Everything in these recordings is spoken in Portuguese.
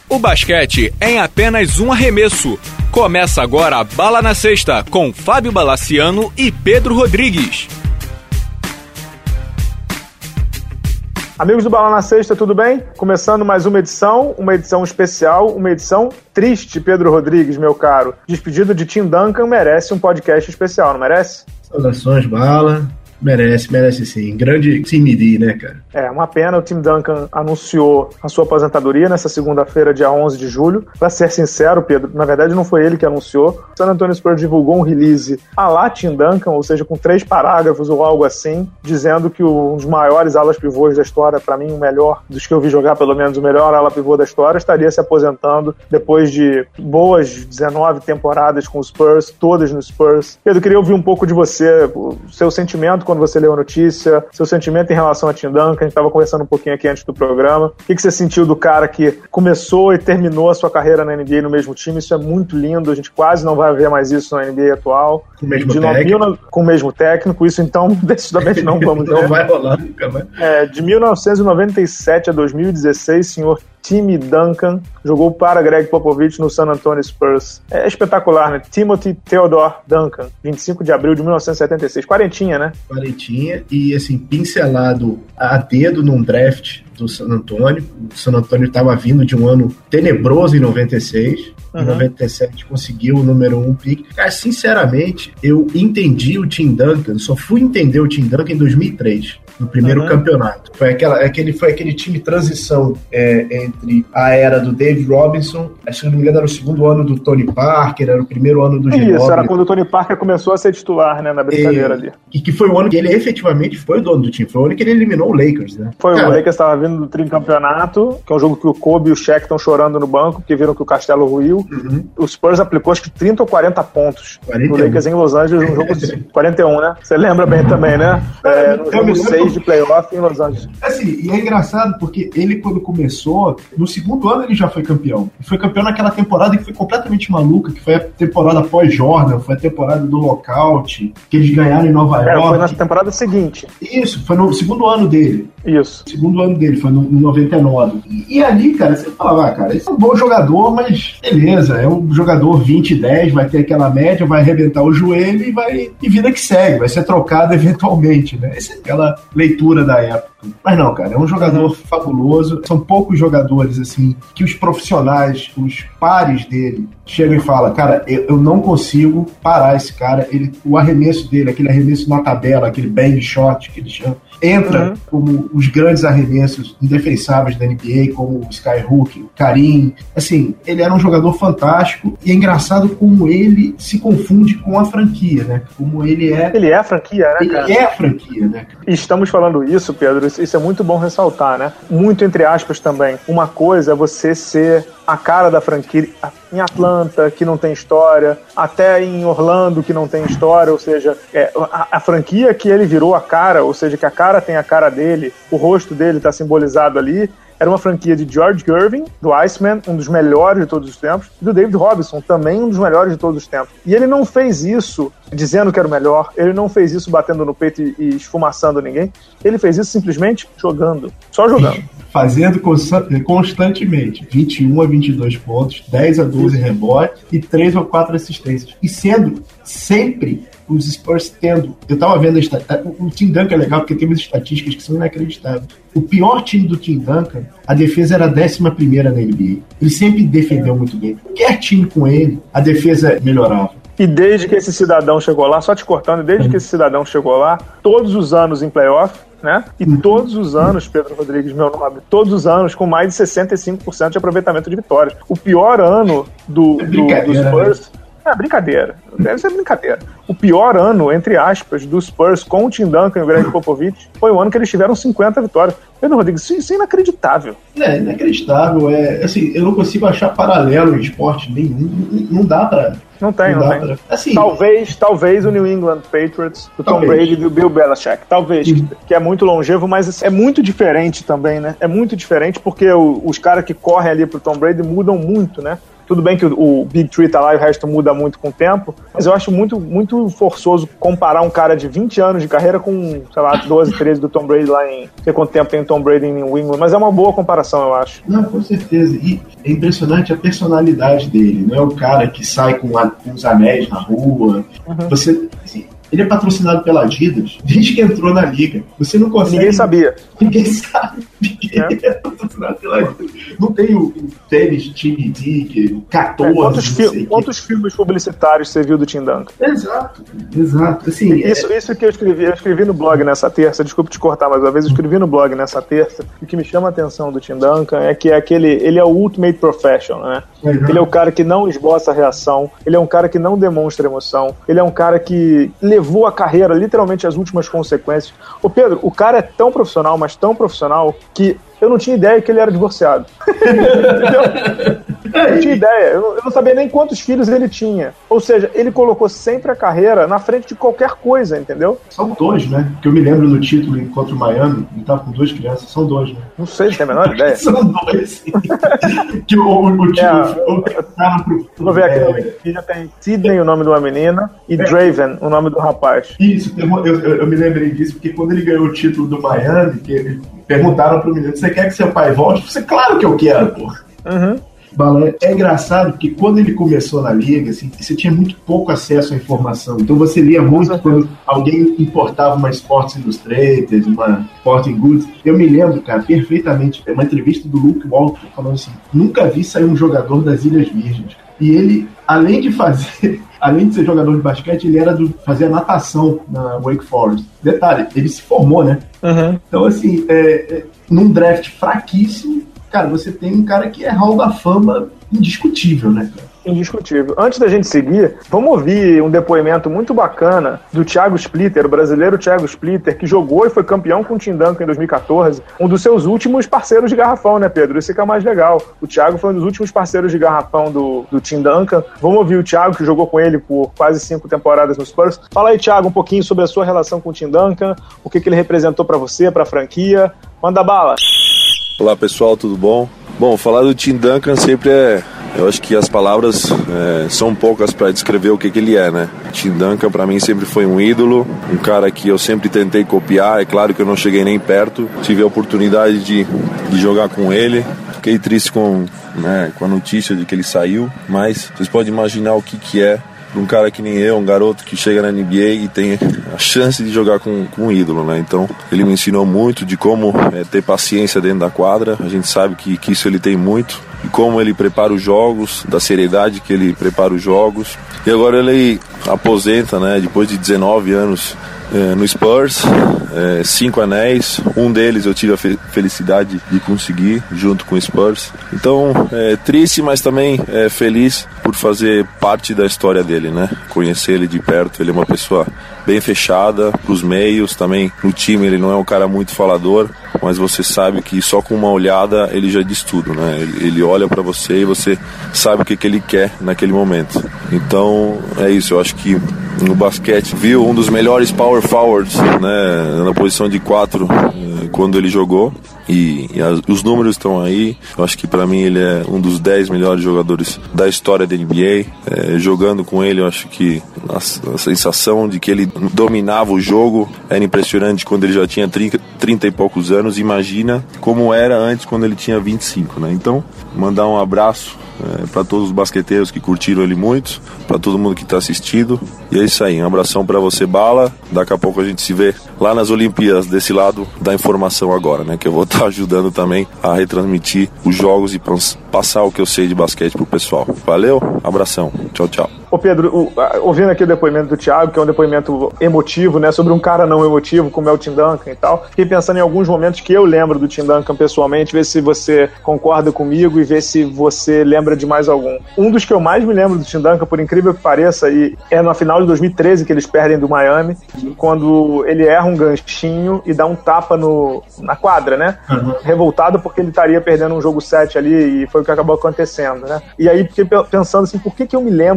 O basquete é em apenas um arremesso. Começa agora a Bala na Sexta com Fábio Balaciano e Pedro Rodrigues. Amigos do Bala na Sexta, tudo bem? Começando mais uma edição especial, uma edição triste, Pedro Rodrigues, meu caro. Despedido de Tim Duncan merece um podcast especial, não merece? Saudações, Bala. Merece sim. Grande time D, né, cara? É, uma pena. O Tim Duncan anunciou a sua aposentadoria nessa segunda-feira, dia 11 de julho. Pra ser sincero, Pedro, na verdade não foi ele que anunciou. O San Antonio Spurs divulgou um release à la Tim Duncan, ou seja, com 3 parágrafos ou algo assim, dizendo que um dos maiores alas pivôs da história, pra mim o melhor dos que eu vi jogar, pelo menos o melhor ala pivô da história, estaria se aposentando depois de boas 19 temporadas com o Spurs, todas no Spurs. Pedro, queria ouvir um pouco de você, o seu sentimento quando você leu a notícia, seu sentimento em relação a Tim Duncan. A gente estava conversando um pouquinho aqui antes do programa. O que você sentiu do cara que começou e terminou a sua carreira na NBA no mesmo time? Isso é muito lindo, a gente quase não vai ver mais isso na NBA atual. Com o mesmo técnico. Com o mesmo técnico, isso então decididamente não vamos ver. Não vai rolar nunca, né? De 1997 a 2016, senhor Tim Duncan jogou para Greg Popovich no San Antonio Spurs. É espetacular, né? Timothy Theodore Duncan, 25 de abril de 1976. Quarentinha, né? Quarentinha e, assim, pincelado a dedo num draft do San Antonio. O San Antonio estava vindo de um ano tenebroso em 96. Em 97 conseguiu o número 1 pick. Cara, sinceramente, eu entendi o Tim Duncan, só fui entender o Tim Duncan em 2003. No primeiro campeonato. Foi aquele time de transição entre a era do Dave Robinson, acho que não me engano era o segundo ano do Tony Parker, era o primeiro ano do Ginobili. Isso, era quando o Tony Parker começou a ser titular, né, na brincadeira ali. E que foi o ano que ele efetivamente foi o dono do time, foi o ano que ele eliminou o Lakers, né? O Lakers estava vindo do tricampeonato, que é um jogo que o Kobe e o Shaq estão chorando no banco, porque viram que o castelo ruiu. O Spurs aplicou acho que 30 ou 40 pontos 41. No Lakers em Los Angeles, um jogo de 41, né? Você lembra bem também, né? No jogo 6 de playoff em Los Angeles. Assim, e é engraçado porque ele, quando começou, no segundo ano ele já foi campeão. Ele foi campeão naquela temporada que foi completamente maluca, que foi a temporada pós-Jordan, foi a temporada do lockout, que eles ganharam em Nova York. Foi na temporada seguinte. Isso, foi no segundo ano dele. Isso. Segundo ano dele, foi no 99. E ali, cara, você falava, cara, esse é um bom jogador, mas beleza, é um jogador 20-10, vai ter aquela média, vai arrebentar o joelho e vida que segue, vai ser trocado eventualmente, né? Essa é aquela leitura da época. Mas não, cara, é um jogador fabuloso. São poucos jogadores, assim, que os profissionais, os pares dele, chegam e falam, cara, eu não consigo parar esse cara. O arremesso dele, aquele arremesso na tabela, aquele bang shot que ele chama, entra como os grandes arremessos indefensáveis da NBA, como o Skyhook, o Karim. Assim, ele era um jogador fantástico e é engraçado como ele se confunde com a franquia, né? Como ele é... Ele é a franquia, né, cara? Ele é a franquia, né? E estamos falando isso, Pedro, isso é muito bom ressaltar, né? Muito entre aspas também. Uma coisa é você ser a cara da franquia em Atlanta, que não tem história, até em Orlando, que não tem história, ou seja, a franquia que ele virou a cara, ou seja, que a cara tem a cara dele, o rosto dele está simbolizado ali, era uma franquia de George Gervin, do Iceman, um dos melhores de todos os tempos, e do David Robinson, também um dos melhores de todos os tempos. E ele não fez isso dizendo que era o melhor, ele não fez isso batendo no peito e esfumaçando ninguém, ele fez isso simplesmente jogando, só jogando. Fazendo constantemente 21 a 22 pontos, 10 a 12 rebotes e 3 ou 4 assistências. E sendo sempre os Spurs tendo... Eu tava vendo o Tim Duncan é legal porque tem umas estatísticas que são inacreditáveis. O pior time do Tim Duncan, a defesa era a 11ª na NBA. Ele sempre defendeu muito bem. Qualquer time com ele, a defesa melhorava. E desde que esse cidadão chegou lá, só te cortando, desde que esse cidadão chegou lá, todos os anos em playoff, né? E todos os anos, Pedro Rodrigues, meu nome, todos os anos com mais de 65% de aproveitamento de vitórias. O pior ano do Spurs... brincadeira. Deve ser brincadeira. O pior ano, entre aspas, do Spurs com o Tim Duncan e o Greg Popovich foi o ano que eles tiveram 50 vitórias. Pedro Rodrigues, isso é inacreditável. É inacreditável. Assim, eu não consigo achar paralelo em esporte nenhum. Não dá pra... Não tem. Assim, talvez o New England Patriots, o Tom Brady e o Bill Belichick. Talvez, que é muito longevo, mas é muito diferente também, né? É muito diferente porque os caras que correm ali pro Tom Brady mudam muito, né? Tudo bem que o Big Three tá lá e o resto muda muito com o tempo, mas eu acho muito, muito forçoso comparar um cara de 20 anos de carreira com, sei lá, 12, 13 do Tom Brady lá em... Não sei quanto tempo tem o Tom Brady em New England, mas é uma boa comparação, eu acho. Não, com certeza. E é impressionante a personalidade dele. Não é o cara que sai com os anéis na rua. Você... Assim, ele é patrocinado pela Adidas desde que entrou na liga. Você não consegue... Ninguém sabia. Ninguém sabe que ele é patrocinado pela Adidas. Não tem o tênis Tim Dick, 14... Quantos filmes publicitários você viu do Tim Duncan? Exato. Assim, isso que eu escrevi no blog nessa terça, desculpa te cortar mais uma vez, eu escrevi no blog nessa terça, e o que me chama a atenção do Tim Duncan é que ele é o ultimate professional, né? Ele é o cara que não esboça a reação, ele é um cara que não demonstra emoção, ele é um cara que levou a carreira literalmente às últimas consequências. Ô Pedro, o cara é tão profissional, mas tão profissional, que eu não tinha ideia que ele era divorciado. Entendeu? Eu não tinha ideia. Eu não sabia nem quantos filhos ele tinha. Ou seja, ele colocou sempre a carreira na frente de qualquer coisa, entendeu? São dois, né? Porque eu me lembro no título contra o Miami, ele tava com 2 crianças. São 2, né? Não sei, tem a menor ideia. São 2. Que o título tava pro... Vou ver aqui no Wikipedia, tem Sidney, o nome de uma menina, e Draven, o nome do rapaz. Isso, eu me lembrei disso, porque quando ele ganhou o título do Miami, que perguntaram pro menino, você quer que seu pai volte? Você, claro que eu quero, pô. Bala, é engraçado porque quando ele começou na liga, assim, você tinha muito pouco acesso à informação. Então você lia muito quando alguém importava uma Sports Illustrated, uma Sporting Goods. Eu me lembro, cara, perfeitamente, uma entrevista do Luke Walton falando assim, nunca vi sair um jogador das Ilhas Virgens. E ele, além de ser jogador de basquete, ele fazia natação na Wake Forest. Detalhe, ele se formou, né? Então, assim, num draft fraquíssimo, cara, você tem um cara que é Hall da Fama indiscutível, né, cara? Indiscutível. Antes da gente seguir, vamos ouvir um depoimento muito bacana do Thiago Splitter, o brasileiro Thiago Splitter, que jogou e foi campeão com o Tim Duncan em 2014, um dos seus últimos parceiros de garrafão, né, Pedro? Isso que é mais legal. O Thiago foi um dos últimos parceiros de garrafão do Tim Duncan. Vamos ouvir o Thiago, que jogou com ele por quase 5 temporadas no Spurs. Fala aí, Thiago, um pouquinho sobre a sua relação com o Tim Duncan, o que ele representou pra você, pra franquia. Manda bala! Olá, pessoal, tudo bom? Bom, falar do Tim Duncan sempre eu acho que as palavras são poucas para descrever o que ele é, né? Tim Duncan para mim sempre foi um ídolo, um cara que eu sempre tentei copiar. É claro que eu não cheguei nem perto, tive a oportunidade de jogar com ele. Fiquei triste com a notícia de que ele saiu, mas vocês podem imaginar o que é para um cara que nem eu, um garoto que chega na NBA e tem a chance de jogar com um ídolo, né? Então, ele me ensinou muito de como ter paciência dentro da quadra. A gente sabe que isso ele tem muito. E como ele prepara os jogos, da seriedade que ele prepara os jogos. E agora ele aposenta, né? Depois de 19 anos no Spurs, 5 anéis, um deles eu tive a felicidade de conseguir junto com o Spurs. Então, triste, mas também feliz por fazer parte da história dele, né? Conhecer ele de perto. Ele é uma pessoa bem fechada pros meios, também no time ele não é um cara muito falador, mas você sabe que só com uma olhada ele já diz tudo, né? Ele olha pra você e você sabe o que ele quer naquele momento. Então é isso, eu acho que no basquete viu um dos melhores power forwards, né, na posição de 4 quando ele jogou, e os números estão aí. Eu acho que para mim ele é um dos 10 melhores jogadores da história da NBA. Jogando com ele, eu acho que a sensação de que ele dominava o jogo era impressionante quando ele já tinha 30 e poucos anos. Imagina como era antes, quando ele tinha 25, né? Então, mandar um abraço para todos os basqueteiros que curtiram ele muito, para todo mundo que está assistindo. E é isso aí, um abração para você, Bala. Daqui a pouco a gente se vê lá nas Olimpíadas, desse lado da informação agora, né? Que eu vou estar ajudando também a retransmitir os jogos e passar o que eu sei de basquete pro pessoal. Valeu, abração, tchau, tchau. Ô Pedro, ouvindo aqui o depoimento do Thiago, que é um depoimento emotivo, né, sobre um cara não emotivo, como é o Tim Duncan e tal, fiquei pensando em alguns momentos que eu lembro do Tim Duncan pessoalmente, ver se você concorda comigo e ver se você lembra de mais algum. Um dos que eu mais me lembro do Tim Duncan, por incrível que pareça, e é na final de 2013 que eles perdem do Miami, quando ele erra um ganchinho e dá um tapa na quadra, né? Revoltado porque ele estaria perdendo um jogo 7 ali, e foi o que acabou acontecendo, né? E aí fiquei pensando assim, por que eu me lembro disso?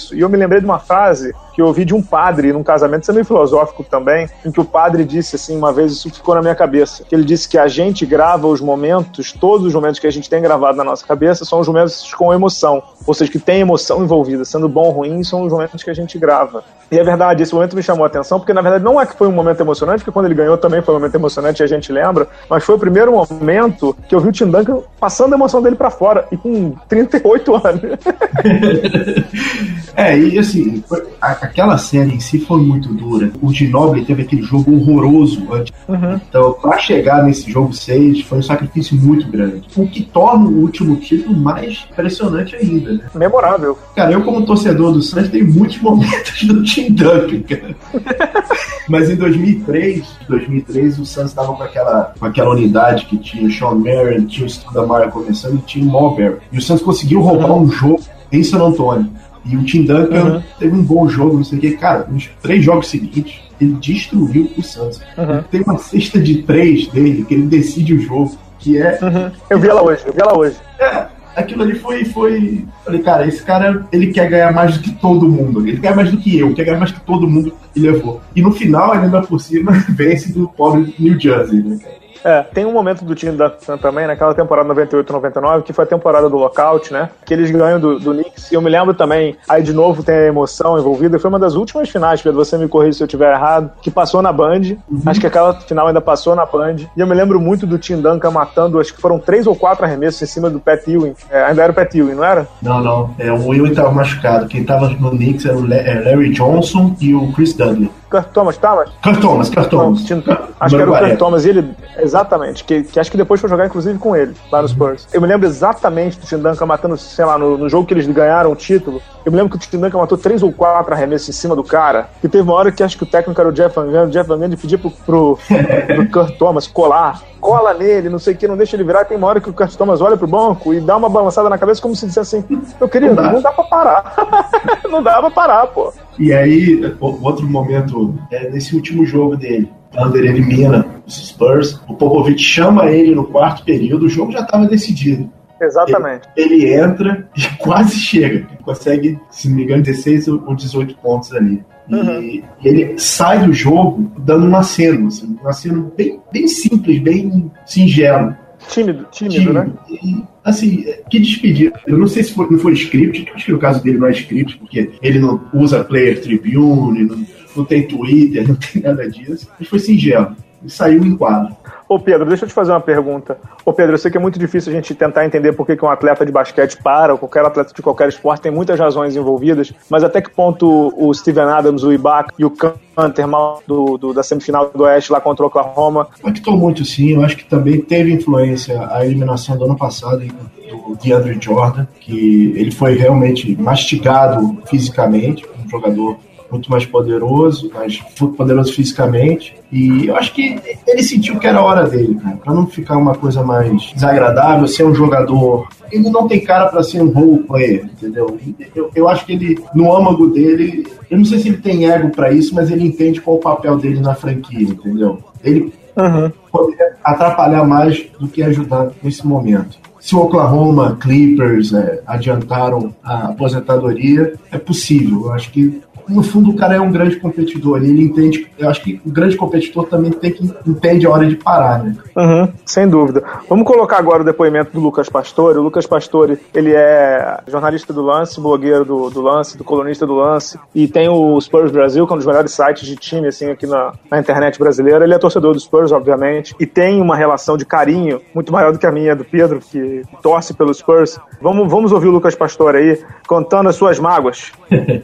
isso. E eu me lembrei de uma frase que eu ouvi de um padre num casamento, isso é meio filosófico também, em que o padre disse assim, uma vez, isso ficou na minha cabeça, que ele disse que a gente grava os momentos, todos os momentos que a gente tem gravado na nossa cabeça são os momentos com emoção, ou seja, que tem emoção envolvida, sendo bom ou ruim, são os momentos que a gente grava. E é verdade, esse momento me chamou a atenção, porque na verdade não é que foi um momento emocionante, porque quando ele ganhou também foi um momento emocionante e a gente lembra, mas foi o primeiro momento que eu vi o Tim Duncan passando a emoção dele pra fora, e com 38 anos. E assim, aquela série em si foi muito dura. O Ginobili teve aquele jogo horroroso antes. Então, pra chegar nesse jogo 6, foi um sacrifício muito grande. O que torna o último título mais impressionante ainda, né? Memorável. Cara, eu como torcedor do Suns tenho muitos momentos do Tim Duncan, cara. Mas em 2003 o Suns estava com aquela unidade que tinha o Sean Marion, tinha o Stoudemire começando e tinha o Marbury. E o Suns conseguiu roubar um jogo em San Antonio. E o Tim Duncan teve um bom jogo, não sei o que. Cara, nos 3 jogos seguintes, ele destruiu o Suns. Tem uma cesta de 3 dele, que ele decide o jogo, que é... Eu vi ela hoje. Aquilo ali foi... Falei, cara, esse cara, ele quer ganhar mais do que todo mundo. Ele quer mais do que eu, quer ganhar mais do que todo mundo que levou. E no final, ele ainda por cima, vence do pobre New Jersey, né, cara? Tem um momento do time da Sun também, naquela temporada 98-99, que foi a temporada do lockout, né? Que eles ganham do Knicks. E eu me lembro também, aí de novo tem a emoção envolvida. Foi uma das últimas finais, Pedro, você me corrija se eu estiver errado, que passou na Band. Acho que aquela final ainda passou na Band. E eu me lembro muito do Tim Duncan matando, acho que foram 3 ou 4 arremessos em cima do Pat Ewing. Ainda era o Pat Ewing, não era? Não. O Ewing estava machucado. Quem estava no Knicks era o Larry Johnson e o Chris Dudley. Kurt Thomas. Acho que era o Kurt Thomas. E ele, exatamente, que acho que depois foi jogar inclusive com ele, lá no Spurs. Eu me lembro exatamente do Tim Duncan matando, sei lá, no jogo que eles ganharam o título. Eu me lembro que o Tim Duncan matou 3 ou 4 arremessos em cima do cara. E teve uma hora que acho que o técnico era o Jeff Van Gundy pedia pro Kurt Thomas cola nele, não sei o que, não deixa ele virar. Tem uma hora que o Kurt Thomas olha pro banco e dá uma balançada na cabeça como se dissesse assim, meu querido, não dá pra parar. Não dá pra parar, pô. E aí, outro momento, nesse último jogo dele, quando ele elimina os Spurs, o Popovich chama ele no 4º período, o jogo já estava decidido. Exatamente. Ele entra e quase chega. Consegue, se não me engano, 16 ou 18 pontos ali. E ele sai do jogo dando um aceno, assim, um aceno bem simples, bem singelo. Tímido, né? E, assim, que despedida. Eu não sei se não foi script, acho que no caso dele não é script, porque ele não usa Player Tribune, não tem Twitter, não tem nada disso. Mas foi singelo. E saiu em quadro. Ô Pedro, deixa eu te fazer uma pergunta. Ô Pedro, eu sei que é muito difícil a gente tentar entender por que um atleta de basquete para, ou qualquer atleta de qualquer esporte, tem muitas razões envolvidas, mas até que ponto o Steven Adams, o Ibaka e o Canter da semifinal do Oeste lá contra o Oklahoma? Impactou muito, sim. Eu acho que também teve influência a eliminação do ano passado do DeAndre Jordan, que ele foi realmente mastigado fisicamente, um jogador muito mais poderoso fisicamente, e eu acho que ele sentiu que era a hora dele, cara, pra não ficar uma coisa mais desagradável, ser um jogador, ele não tem cara pra ser um role player, entendeu? Eu acho que ele, no âmago dele, eu não sei se ele tem ego pra isso, mas ele entende qual o papel dele na franquia, entendeu? Ele poderia atrapalhar mais do que ajudar nesse momento. Se o Oklahoma, Clippers adiantaram a aposentadoria, é possível. Eu acho que no fundo o cara é um grande competidor, ele entende, eu acho que o grande competidor também entende a hora de parar, né? Sem dúvida. Vamos colocar agora o depoimento do Lucas Pastore. O Lucas Pastore, ele é jornalista do Lance, blogueiro do Lance, do colunista do Lance, e tem o Spurs Brasil, que é um dos melhores sites de time assim, aqui na internet brasileira. Ele é torcedor do Spurs, obviamente, e tem uma relação de carinho muito maior do que a minha, do Pedro, que torce pelo Spurs. Vamos ouvir o Lucas Pastore aí, contando as suas mágoas.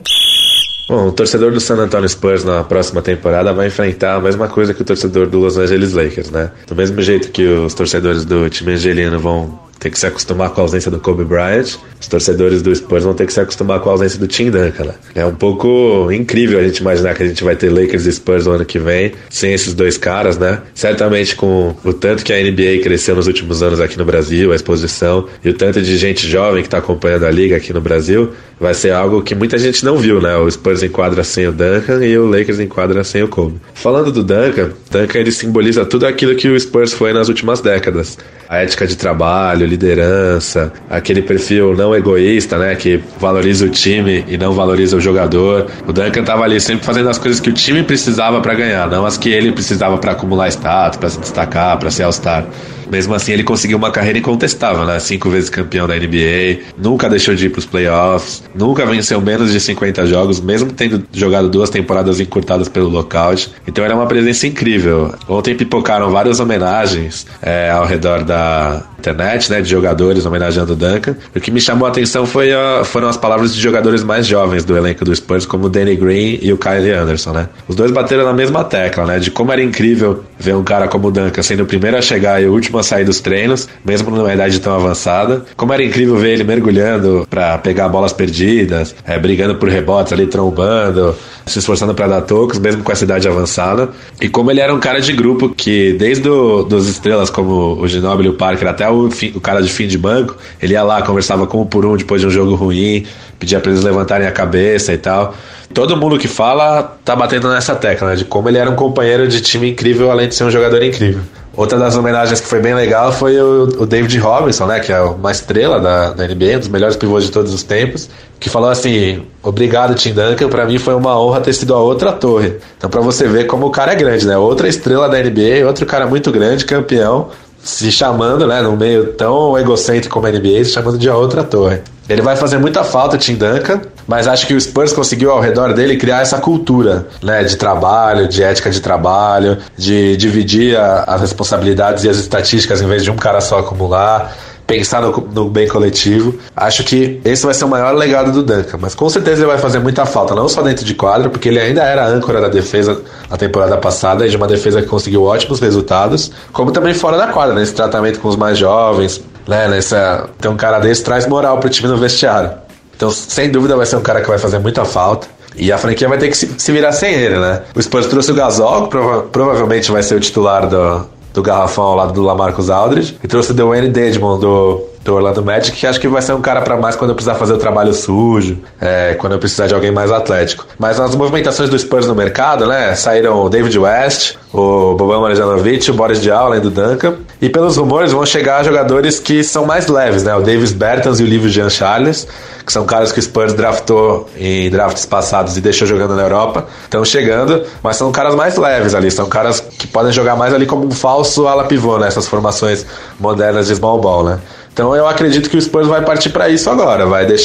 Bom, o torcedor do San Antonio Spurs na próxima temporada vai enfrentar a mesma coisa que o torcedor do Los Angeles Lakers, né? Do mesmo jeito que os torcedores do time angelino vão ter que se acostumar com a ausência do Kobe Bryant, os torcedores do Spurs vão ter que se acostumar com a ausência do Tim Duncan, né? É um pouco incrível a gente imaginar que a gente vai ter Lakers e Spurs no ano que vem, sem esses dois caras, né? Certamente com o tanto que a NBA cresceu nos últimos anos aqui no Brasil, a exposição, e o tanto de gente jovem que está acompanhando a liga aqui no Brasil, vai ser algo que muita gente não viu, né? O Spurs enquadra sem o Duncan e o Lakers enquadra sem o Kobe. Falando do Duncan ele simboliza tudo aquilo que o Spurs foi nas últimas décadas. A ética de trabalho, liderança, aquele perfil não egoísta, né, que valoriza o time e não valoriza o jogador. O Duncan tava ali sempre fazendo as coisas que o time precisava para ganhar, não as que ele precisava para acumular status, para se destacar, para ser All-Star. Mesmo assim, ele conseguiu uma carreira incontestável, né? 5 vezes campeão da NBA, nunca deixou de ir pros playoffs, nunca venceu menos de 50 jogos, mesmo tendo jogado 2 temporadas encurtadas pelo lockout. Então era uma presença incrível. Ontem pipocaram várias homenagens ao redor da internet, né? De jogadores homenageando o Duncan. O que me chamou a atenção foram as palavras de jogadores mais jovens do elenco do Spurs, como o Danny Green e o Kyle Anderson, né? Os dois bateram na mesma tecla, né? De como era incrível ver um cara como o Duncan sendo o primeiro a chegar e o último a sair dos treinos, mesmo numa idade tão avançada. Como era incrível ver ele mergulhando pra pegar bolas perdidas, brigando por rebotes ali, trombando, se esforçando pra dar tocos, mesmo com essa idade avançada. E como ele era um cara de grupo que, desde dos estrelas como o Ginobili e o Parker, até o cara de fim de banco, ele ia lá, conversava com um por um depois de um jogo ruim, pedia pra eles levantarem a cabeça e tal. Todo mundo que fala tá batendo nessa tecla, né, de como ele era um companheiro de time incrível, além de ser um jogador incrível. Outra das homenagens que foi bem legal foi o David Robinson, né, que é uma estrela da NBA, um dos melhores pivôs de todos os tempos, que falou assim: obrigado, Tim Duncan, pra mim foi uma honra ter sido a outra torre. Então pra você ver como o cara é grande, né, outra estrela da NBA, outro cara muito grande, campeão, se chamando, né, num meio tão egocêntrico como a NBA, se chamando de a outra torre. Ele vai fazer muita falta, Tim Duncan, mas acho que o Spurs conseguiu ao redor dele criar essa cultura, né, de trabalho, de ética de trabalho, de dividir as responsabilidades e as estatísticas em vez de um cara só acumular, pensar no bem coletivo. Acho que esse vai ser o maior legado do Duncan, mas com certeza ele vai fazer muita falta, não só dentro de quadra, porque ele ainda era a âncora da defesa na temporada passada, e de uma defesa que conseguiu ótimos resultados, como também fora da quadra, nesse tratamento com os mais jovens, né, ter um cara desse traz moral pro time no vestiário. Então, sem dúvida, vai ser um cara que vai fazer muita falta. E a franquia vai ter que se virar sem ele, né? O Spurs trouxe o Gasol, que provavelmente vai ser o titular do garrafão ao lado do LaMarcus Aldridge. E trouxe o Dwayne Dedmon do Orlando Magic, que acho que vai ser um cara pra mais quando eu precisar fazer o trabalho sujo, quando eu precisar de alguém mais atlético. Mas nas movimentações do Spurs no mercado, né, saíram o David West, o Boban Marjanovic, o Boris Diaw, além do Duncan. E pelos rumores vão chegar jogadores que são mais leves, né, o Davis Bertans e o Livio Jean Charles, que são caras que o Spurs draftou em drafts passados e deixou jogando na Europa. Estão chegando, mas são caras mais leves ali, são caras que podem jogar mais ali como um falso ala pivô, né, essas formações modernas de small ball, né. Então eu acredito que o Spurs vai partir para isso agora,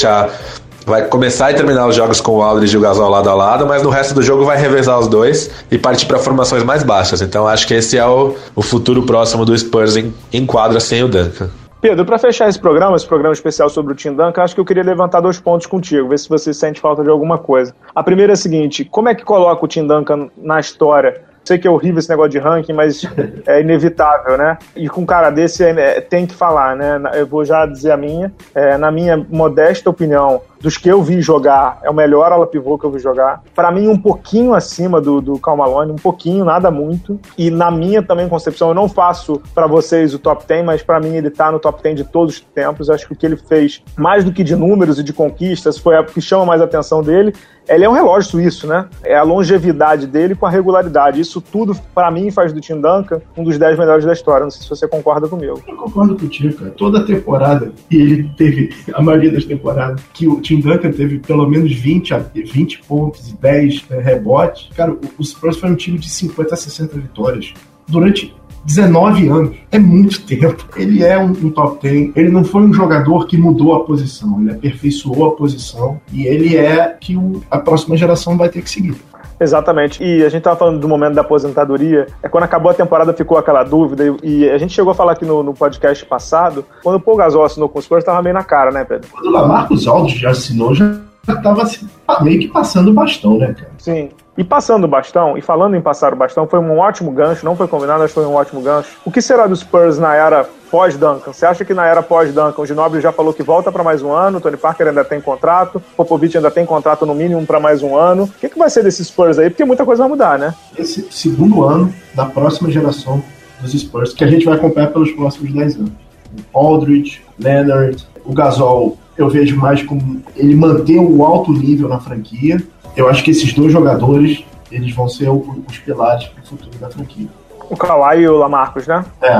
vai começar e terminar os jogos com o Aldridge e o Gasol lado a lado, mas no resto do jogo vai revezar os dois e partir para formações mais baixas. Então acho que esse é o futuro próximo do Spurs em quadra sem o Duncan. Pedro, para fechar esse programa especial sobre o Tim Duncan, acho que eu queria levantar 2 pontos contigo, ver se você sente falta de alguma coisa. A primeira é a seguinte: como é que coloca o Tim Duncan na história? Sei que é horrível esse negócio de ranking, mas é inevitável, né? E com um cara desse tem que falar, né? Eu vou já dizer a minha. Na minha modesta opinião, dos que eu vi jogar, é o melhor ala pivô que eu vi jogar. Pra mim, um pouquinho acima do Karl Malone, um pouquinho, nada muito. E na minha também concepção, eu não faço pra vocês o top 10, mas pra mim ele tá no top 10 de todos os tempos. Eu acho que o que ele fez, mais do que de números e de conquistas, foi o que chama mais a atenção dele. Ele é um relógio suíço, né? É a longevidade dele com a regularidade. Isso tudo, pra mim, faz do Tim Duncan um dos 10 melhores da história. Não sei se você concorda comigo. Eu concordo contigo, cara. Toda a temporada, e ele teve a maioria das temporadas, que o Tim Duncan teve pelo menos 20 pontos e 10 rebotes. Cara, o Spurs foi um time de 50 a 60 vitórias durante 19 anos. É muito tempo. Ele é um top 10. Ele não foi um jogador que mudou a posição. Ele aperfeiçoou a posição. E ele é que a próxima geração vai ter que seguir. Exatamente. E a gente estava falando do momento da aposentadoria. Quando acabou a temporada ficou aquela dúvida. E a gente chegou a falar aqui no podcast passado, quando o Paul Gasol assinou com os Spurs, estava meio na cara, né, Pedro? Quando o LaMarcus Aldridge já assinou, já estava meio que passando o bastão, né, cara? Sim. E passando o bastão, e falando em passar o bastão, foi um ótimo gancho, não foi combinado, mas foi um ótimo gancho. O que será dos Spurs na era pós-Duncan? Você acha que na era pós-Duncan, o Ginobili já falou que volta para mais um ano, o Tony Parker ainda tem contrato, o Popovich ainda tem contrato no mínimo para mais um ano. O que vai ser desses Spurs aí? Porque muita coisa vai mudar, né? Esse segundo ano da próxima geração dos Spurs, que a gente vai acompanhar pelos próximos 10 anos. O Aldridge, Leonard, o Gasol, eu vejo mais como ele manter o alto nível na franquia. Eu acho que esses 2 jogadores, eles vão ser os pilares para o futuro da franquia. O Kawhi e o LaMarcus, né?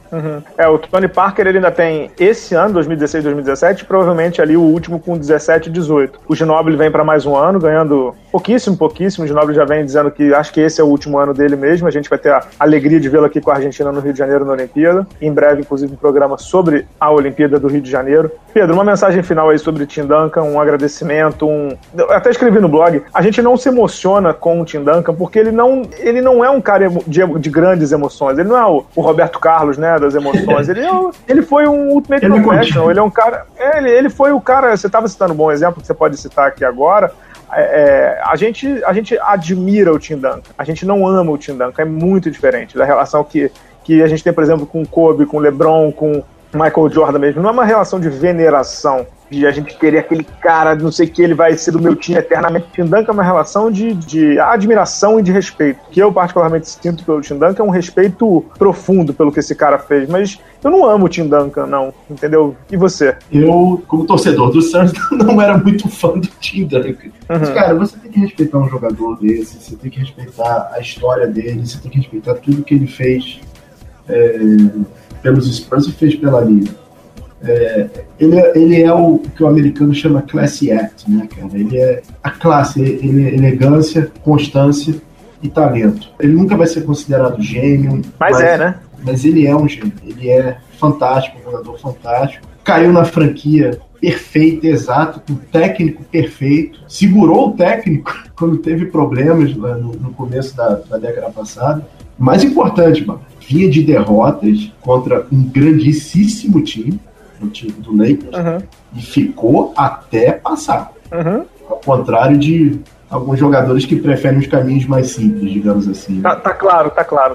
O Tony Parker ele ainda tem esse ano, 2016, 2017, provavelmente ali o último com 17 e 18. O Ginóbili vem para mais um ano, ganhando pouquíssimo. O Ginóbili já vem dizendo que acho que esse é o último ano dele mesmo. A gente vai ter a alegria de vê-lo aqui com a Argentina no Rio de Janeiro na Olimpíada. Em breve, inclusive, um programa sobre a Olimpíada do Rio de Janeiro. Pedro, uma mensagem final aí sobre o Tim Duncan, um agradecimento, Eu até escrevi no blog, a gente não se emociona com o Tim Duncan porque ele não é um cara de grandes emoções. Ele não é o Roberto Carlos, né, das emoções. Ele foi um ultimate professional. Ele é um cara... Ele foi o cara... Você estava citando um bom exemplo que você pode citar aqui agora. A gente admira o Tim Duncan. A gente não ama o Tim Duncan. É muito diferente da relação que a gente tem, por exemplo, com o Kobe, com o LeBron, com Michael Jordan mesmo. Não é uma relação de veneração, de a gente querer aquele cara, não sei o que, ele vai ser do meu time eternamente. Tim Duncan é uma relação de admiração e de respeito, que eu particularmente sinto pelo Tim Duncan, é um respeito profundo pelo que esse cara fez, mas eu não amo o Tim Duncan, não, entendeu? E você? Eu, como torcedor do Suns, não era muito fã do Tim Duncan. Mas, cara, você tem que respeitar um jogador desse, você tem que respeitar a história dele, você tem que respeitar tudo que ele fez pelos Spurs e fez pela liga. Ele é o que o americano chama classy act, né, cara? Ele é a classe, ele é elegância, constância e talento. Ele nunca vai ser considerado gênio. Mas ele é um gênio. Ele é fantástico, um jogador fantástico. Caiu na franquia perfeito, exato, com o técnico perfeito. Segurou o técnico quando teve problemas no começo da década passada. Mais importante, mano, vinha de derrotas contra um grandíssimo time, o time do Lakers, e ficou até passar. Ao contrário de alguns jogadores que preferem os caminhos mais simples, digamos assim. Tá claro.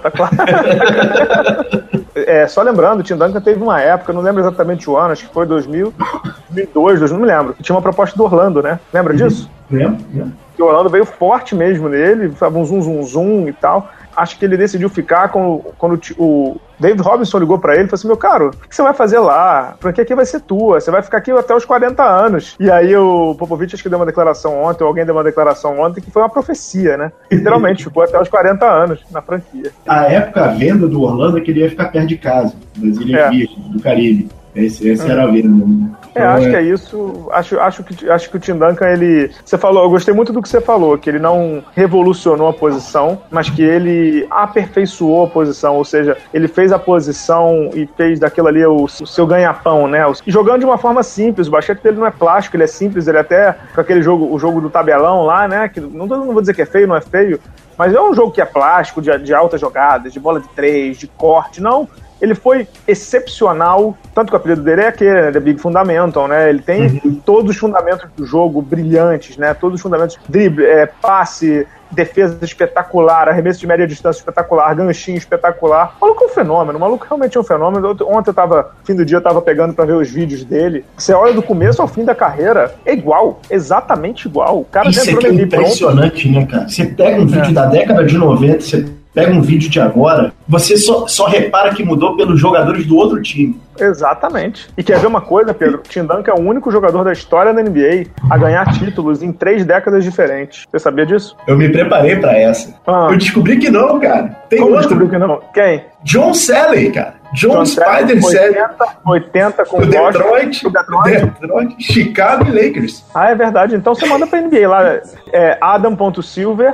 Só lembrando, o Tim Duncan teve uma época, não lembro exatamente o ano, acho que foi 2002, não me lembro, que tinha uma proposta do Orlando, né? Lembra disso? Lembro. Que o Orlando veio forte mesmo nele, tava um zoom e tal. Acho que ele decidiu ficar quando o David Robinson ligou pra ele e falou assim: meu caro, o que você vai fazer lá? A franquia aqui vai ser tua, você vai ficar aqui até os 40 anos. E aí o Popovich acho que deu uma declaração ontem, ou alguém deu uma declaração ontem, que foi uma profecia, né? Literalmente, ficou até os 40 anos na franquia. A época, a venda do Orlando é que ele ia ficar perto de casa, das Ilhas Virgens, do Caribe. Essa era a venda. Acho que é isso. Acho que o Tim Duncan, você falou, eu gostei muito do que você falou, que ele não revolucionou a posição, mas que ele aperfeiçoou a posição, ou seja, ele fez a posição e fez daquilo ali o seu ganha-pão, né? E jogando de uma forma simples, o basquete dele não é plástico, ele é simples, ele até, com aquele jogo, o jogo do tabelão lá, né? Que não vou dizer que é feio, não é feio, mas é um jogo que é plástico, de altas jogadas, de bola de 3, de corte, não. Ele foi excepcional, tanto que o apelido dele é aquele, né, The Big Fundamental, né? Ele tem todos os fundamentos do jogo brilhantes, né? Todos os fundamentos, drible, passe, defesa espetacular, arremesso de média distância espetacular, ganchinho espetacular. O maluco é um fenômeno, o maluco realmente é um fenômeno. Ontem fim do dia eu tava pegando pra ver os vídeos dele. Você olha do começo ao fim da carreira, é igual, exatamente igual. O cara isso é impressionante, né, cara? Você pega um vídeo da década de 90, você pega um vídeo de agora, você só repara que mudou pelos jogadores do outro time. Exatamente. E quer ver uma coisa, Pedro? Tim Duncan é o único jogador da história da NBA a ganhar títulos em 3 décadas diferentes. Você sabia disso? Eu me preparei pra essa. Eu descobri que não, cara. Como descobriu que não? Quem? John Salley, cara. John Spider Salley. 80 com o Detroit, Chicago e Lakers. É verdade. Então você manda pra NBA lá. Adam.Silver.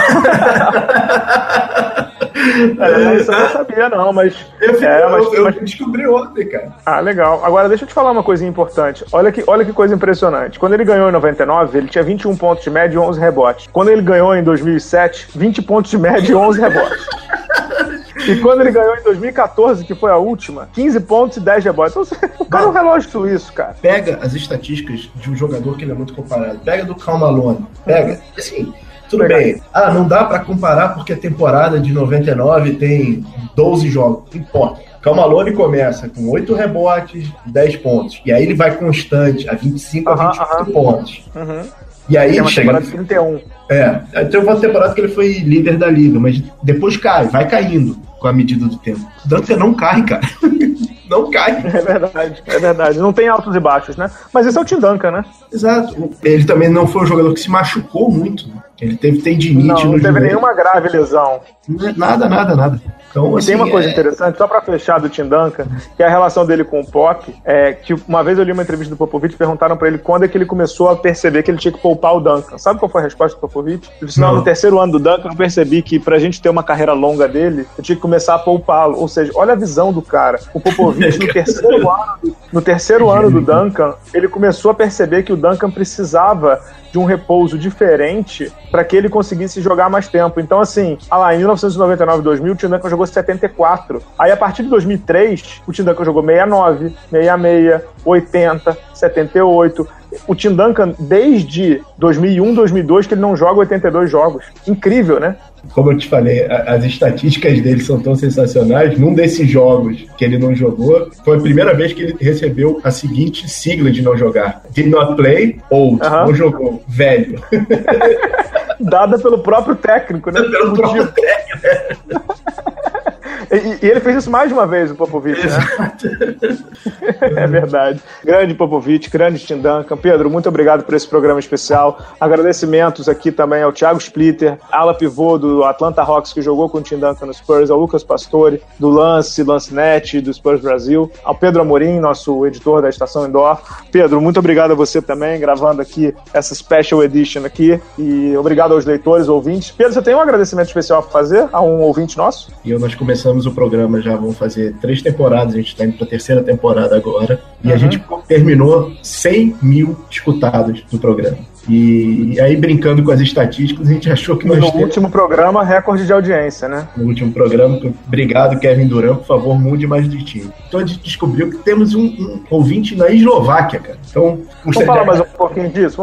Isso eu não sabia, não, mas... Eu descobri ontem, cara. Legal. Agora, deixa eu te falar uma coisinha importante. Olha que coisa impressionante. Quando ele ganhou em 99, ele tinha 21 pontos de média e 11 rebotes. Quando ele ganhou em 2007, 20 pontos de média e 11 rebotes. E quando ele ganhou em 2014, que foi a última, 15 pontos e 10 rebotes. Então, o cara é um relógio suíço, cara. Pega as estatísticas de um jogador que ele é muito comparado. Pega do Karl Malone. Pega, assim... Tudo bem. Não dá pra comparar porque a temporada de 99 tem 12 jogos. Não importa. Karl Malone começa com 8 rebotes, 10 pontos. E aí ele vai constante, a 25 a 28 pontos. E aí tem uma temporada de 31. Tem uma temporada que ele foi líder da liga, mas depois vai caindo com a medida do tempo. O Duncan não cai, cara. Não cai. É verdade. Não tem altos e baixos, né? Mas esse é o Tim Duncan, né? Exato. Ele também não foi um jogador que se machucou muito. Ele teve tendinite no joelho. Não teve nenhuma grave lesão. Nada. Então, e tem uma coisa interessante, só pra fechar do Tim Duncan, que é a relação dele com o Pop, que uma vez eu li uma entrevista do Popovich e perguntaram pra ele quando é que ele começou a perceber que ele tinha que poupar o Duncan. Sabe qual foi a resposta do Popovich? Ele disse, no terceiro ano do Duncan eu percebi que pra gente ter uma carreira longa dele, eu tinha que começar a poupá-lo. Ou seja, olha a visão do cara. O Popovich, no terceiro ano do Duncan, ele começou a perceber que o Duncan precisava de um repouso diferente para que ele conseguisse jogar mais tempo. Então, assim, em 1999 e 2000, o Tim Duncan jogou 74. Aí, a partir de 2003, o Tim Duncan jogou 69, 66, 80, 78. O Tim Duncan, desde 2001, 2002, que ele não joga 82 jogos. Incrível, né? Como eu te falei, as estatísticas dele são tão sensacionais. Num desses jogos que ele não jogou, foi a primeira vez que ele recebeu a seguinte sigla de não jogar: Did not play, old. Não jogou, velho. Dada pelo próprio técnico, né? Pelo próprio técnico. E ele fez isso mais de uma vez, o Popovich, né? É verdade. Grande Popovich, grande Tim Duncan. Pedro, muito obrigado por esse programa especial. Agradecimentos aqui também ao Thiago Splitter, ala pivô do Atlanta Hawks, que jogou com o Tim Duncan no Spurs, ao Lucas Pastore, do Lance Net, do Spurs Brasil, ao Pedro Amorim, nosso editor da Estação Indoor. Pedro, muito obrigado a você também, gravando aqui essa Special Edition aqui. E obrigado aos leitores, ouvintes. Pedro, você tem um agradecimento especial para fazer a um ouvinte nosso? Nós começamos o programa, já vão fazer 3 temporadas, a gente está indo para a 3ª temporada agora, e a gente terminou 100 mil escutados do programa. E aí, brincando com as estatísticas, a gente achou que nós No último programa, recorde de audiência, né? No último programa, obrigado, Kevin Durant, por favor, mude mais de time. Então a gente descobriu que temos um ouvinte na Eslováquia, cara. Então, vamos falar mais um pouquinho disso?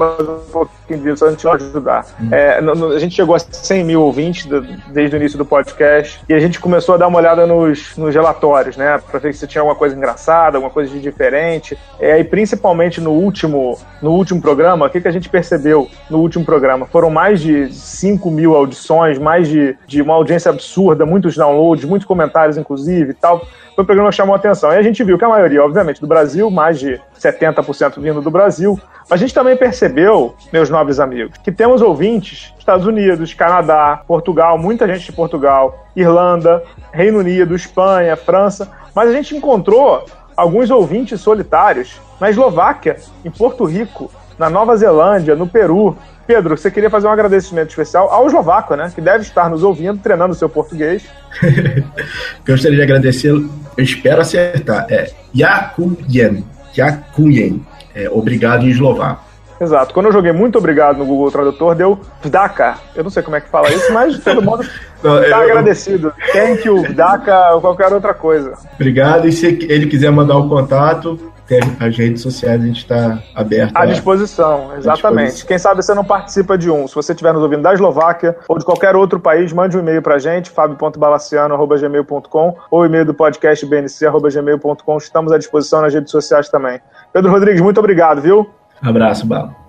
A gente vai ajudar. A gente chegou a 100 mil ouvintes desde o início do podcast, e a gente começou a dar uma olhada nos relatórios, né? Pra ver se tinha alguma coisa engraçada, alguma coisa de diferente. E principalmente no último programa, o que a gente percebeu no último programa? Foram mais de 5 mil audições, mais de uma audiência absurda, muitos downloads, muitos comentários, inclusive, e tal. Foi um programa que chamou a atenção. E a gente viu que a maioria, obviamente, do Brasil, mais de 70% vindo do Brasil. Mas a gente também percebeu, meus nobres amigos, que temos ouvintes dos Estados Unidos, Canadá, Portugal, muita gente de Portugal, Irlanda, Reino Unido, Espanha, França. Mas a gente encontrou alguns ouvintes solitários na Eslováquia, em Porto Rico, na Nova Zelândia, no Peru. Pedro, você queria fazer um agradecimento especial ao eslovaco, né? Que deve estar nos ouvindo, treinando o seu português. Gostaria de agradecê-lo. Eu espero acertar. Jakujen. Obrigado em eslovaco. Exato. Quando eu joguei muito obrigado no Google Tradutor, deu Vdaka. Eu não sei como é que fala isso, mas todo mundo está agradecido. Thank you, Vdaka, ou qualquer outra coisa. Obrigado. E se ele quiser mandar um contato, as redes sociais a gente está aberto. À disposição, exatamente. Quem sabe você não participa de um. Se você estiver nos ouvindo da Eslováquia ou de qualquer outro país, mande um e-mail pra gente, fabio.balaciano@gmail.com, ou o e-mail do podcast bnc@gmail.com. Estamos à disposição nas redes sociais também. Pedro Rodrigues, muito obrigado, viu? Abraço, Bala.